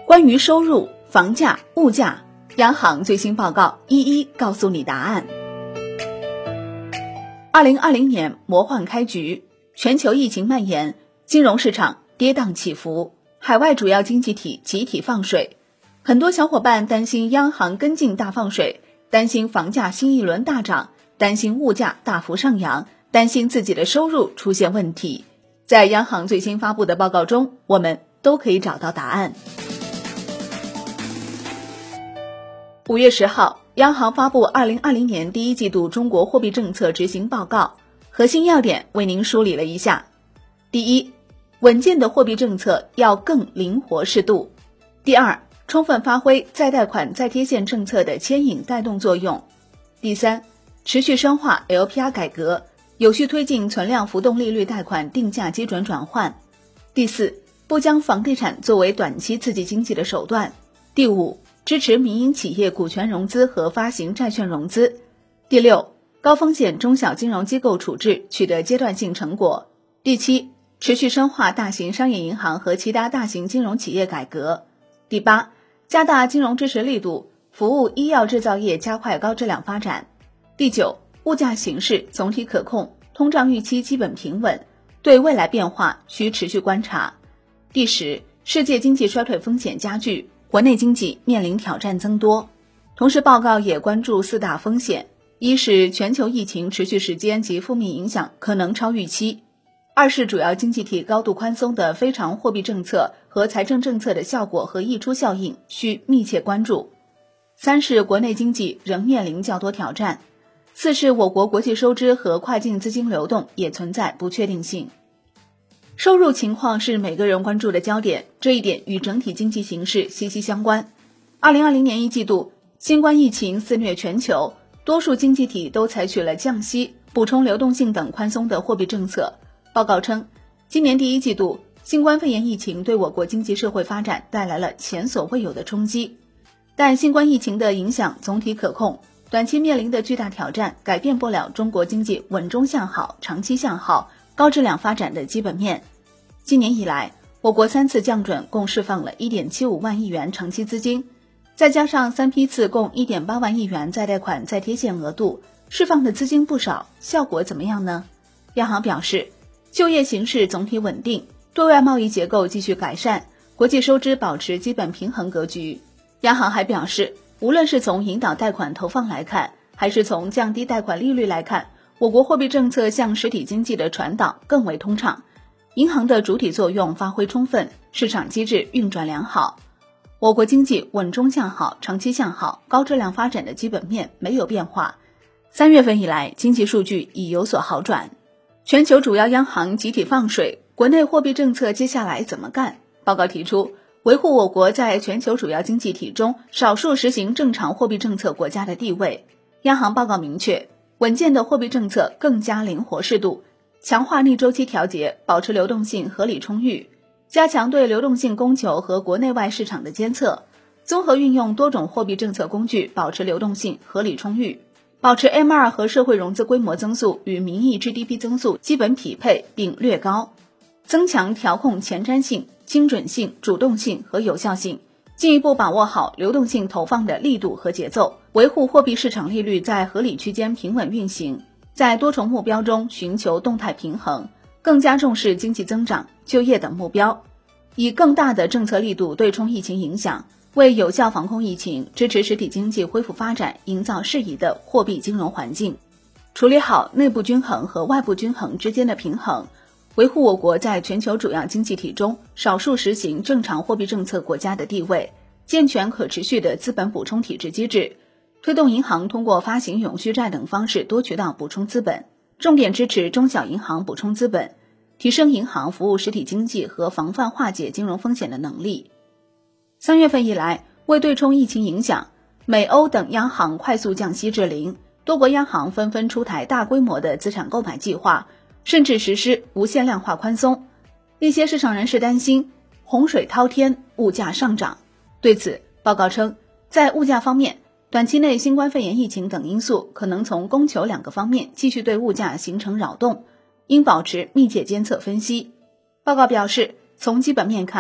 关于收入、房价、物价，央行最新报告一一告诉你答案。2020年魔幻开局，全球疫情蔓延，金融市场跌宕起伏，海外主要经济体集体放水。很多小伙伴担心央行跟进大放水，担心房价新一轮大涨，担心物价大幅上扬，担心自己的收入出现问题。在央行最新发布的报告中，我们都可以找到答案。5月10号，央行发布2020年第一季度中国货币政策执行报告，核心要点为您梳理了一下。第一，稳健的货币政策要更灵活适度。第二，充分发挥再贷款再贴现政策的牵引带动作用。第三，持续深化 LPR 改革，有序推进存量浮动利率贷款定价基准转换。第四，不将房地产作为短期刺激经济的手段。第五，支持民营企业股权融资和发行债券融资。第六，高风险中小金融机构处置取得阶段性成果。第七，持续深化大型商业银行和其他大型金融企业改革。第八，加大金融支持力度，服务医药制造业加快高质量发展。第九，物价形势总体可控，通胀预期基本平稳，对未来变化需持续观察。第十，世界经济衰退风险加剧，国内经济面临挑战增多。同时报告也关注4大风险：一是全球疫情持续时间及负面影响可能超预期；二是主要经济体高度宽松的非常货币政策和财政政策的效果和溢出效应需密切关注；三是国内经济仍面临较多挑战；四是我国国际收支和跨境资金流动也存在不确定性。收入情况是每个人关注的焦点，这一点与整体经济形势息息相关。2020年一季度，新冠疫情肆虐全球，多数经济体都采取了降息、补充流动性等宽松的货币政策。报告称，今年第一季度，新冠肺炎疫情对我国经济社会发展带来了前所未有的冲击，但新冠疫情的影响总体可控，短期面临的巨大挑战改变不了中国经济稳中向好、长期向好、高质量发展的基本面。今年以来，我国3次降准共释放了 1.75 万亿元长期资金，再加上3批次共 1.8 万亿元再贷款再贴现额度，释放的资金不少，效果怎么样呢？央行表示，就业形势总体稳定，对外贸易结构继续改善，国际收支保持基本平衡格局。央行还表示，无论是从引导贷款投放来看，还是从降低贷款利率来看，我国货币政策向实体经济的传导更为通畅，银行的主体作用发挥充分，市场机制运转良好，我国经济稳中向好、长期向好、高质量发展的基本面没有变化。3月份以来，经济数据已有所好转。全球主要央行集体放水，国内货币政策接下来怎么干？报告提出，维护我国在全球主要经济体中少数实行正常货币政策国家的地位。央行报告明确，稳健的货币政策更加灵活适度，强化逆周期调节，保持流动性合理充裕，加强对流动性供求和国内外市场的监测，综合运用多种货币政策工具，保持流动性合理充裕，保持 M2 和社会融资规模增速与名义 GDP 增速基本匹配并略高，增强调控前瞻性、精准性、主动性和有效性，进一步把握好流动性投放的力度和节奏，维护货币市场利率在合理区间平稳运行，在多重目标中寻求动态平衡，更加重视经济增长、就业等目标，以更大的政策力度对冲疫情影响，为有效防控疫情、支持实体经济恢复发展营造适宜的货币金融环境，处理好内部均衡和外部均衡之间的平衡，维护我国在全球主要经济体中少数实行正常货币政策国家的地位，健全可持续的资本补充体制机制，推动银行通过发行永续债等方式多渠道补充资本，重点支持中小银行补充资本，提升银行服务实体经济和防范化解金融风险的能力。3月份以来，为对冲疫情影响，美欧等央行快速降息至零，多国央行纷纷出台大规模的资产购买计划，甚至实施无限量化宽松。一些市场人士担心洪水滔天，物价上涨。对此，报告称，在物价方面，短期内新冠肺炎疫情等因素可能从供求2个方面继续对物价形成扰动，应保持密切监测分析。报告表示，从基本面看，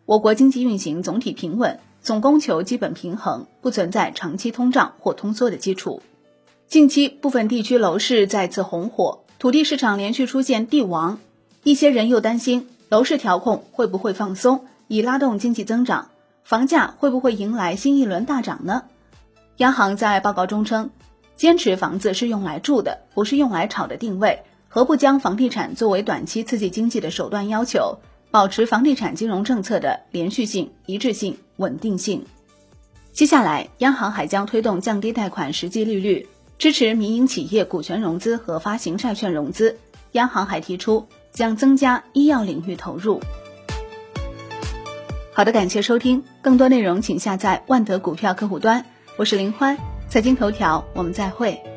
我国经济运行总体平稳，总供求基本平衡，不存在长期通胀或通缩的基础。近期部分地区楼市再次红火，土地市场连续出现地王，一些人又担心楼市调控会不会放松，以拉动经济增长，房价会不会迎来新一轮大涨呢？央行在报告中称，坚持房子是用来住的，不是用来炒的定位，何不将房地产作为短期刺激经济的手段要求，保持房地产金融政策的连续性、一致性、稳定性。接下来，央行还将推动降低贷款实际利率，支持民营企业股权融资和发行债券融资。央行还提出将增加医药领域投入。好的，感谢收听，更多内容请下载万德股票客户端。我是林欢，财经头条，我们再会。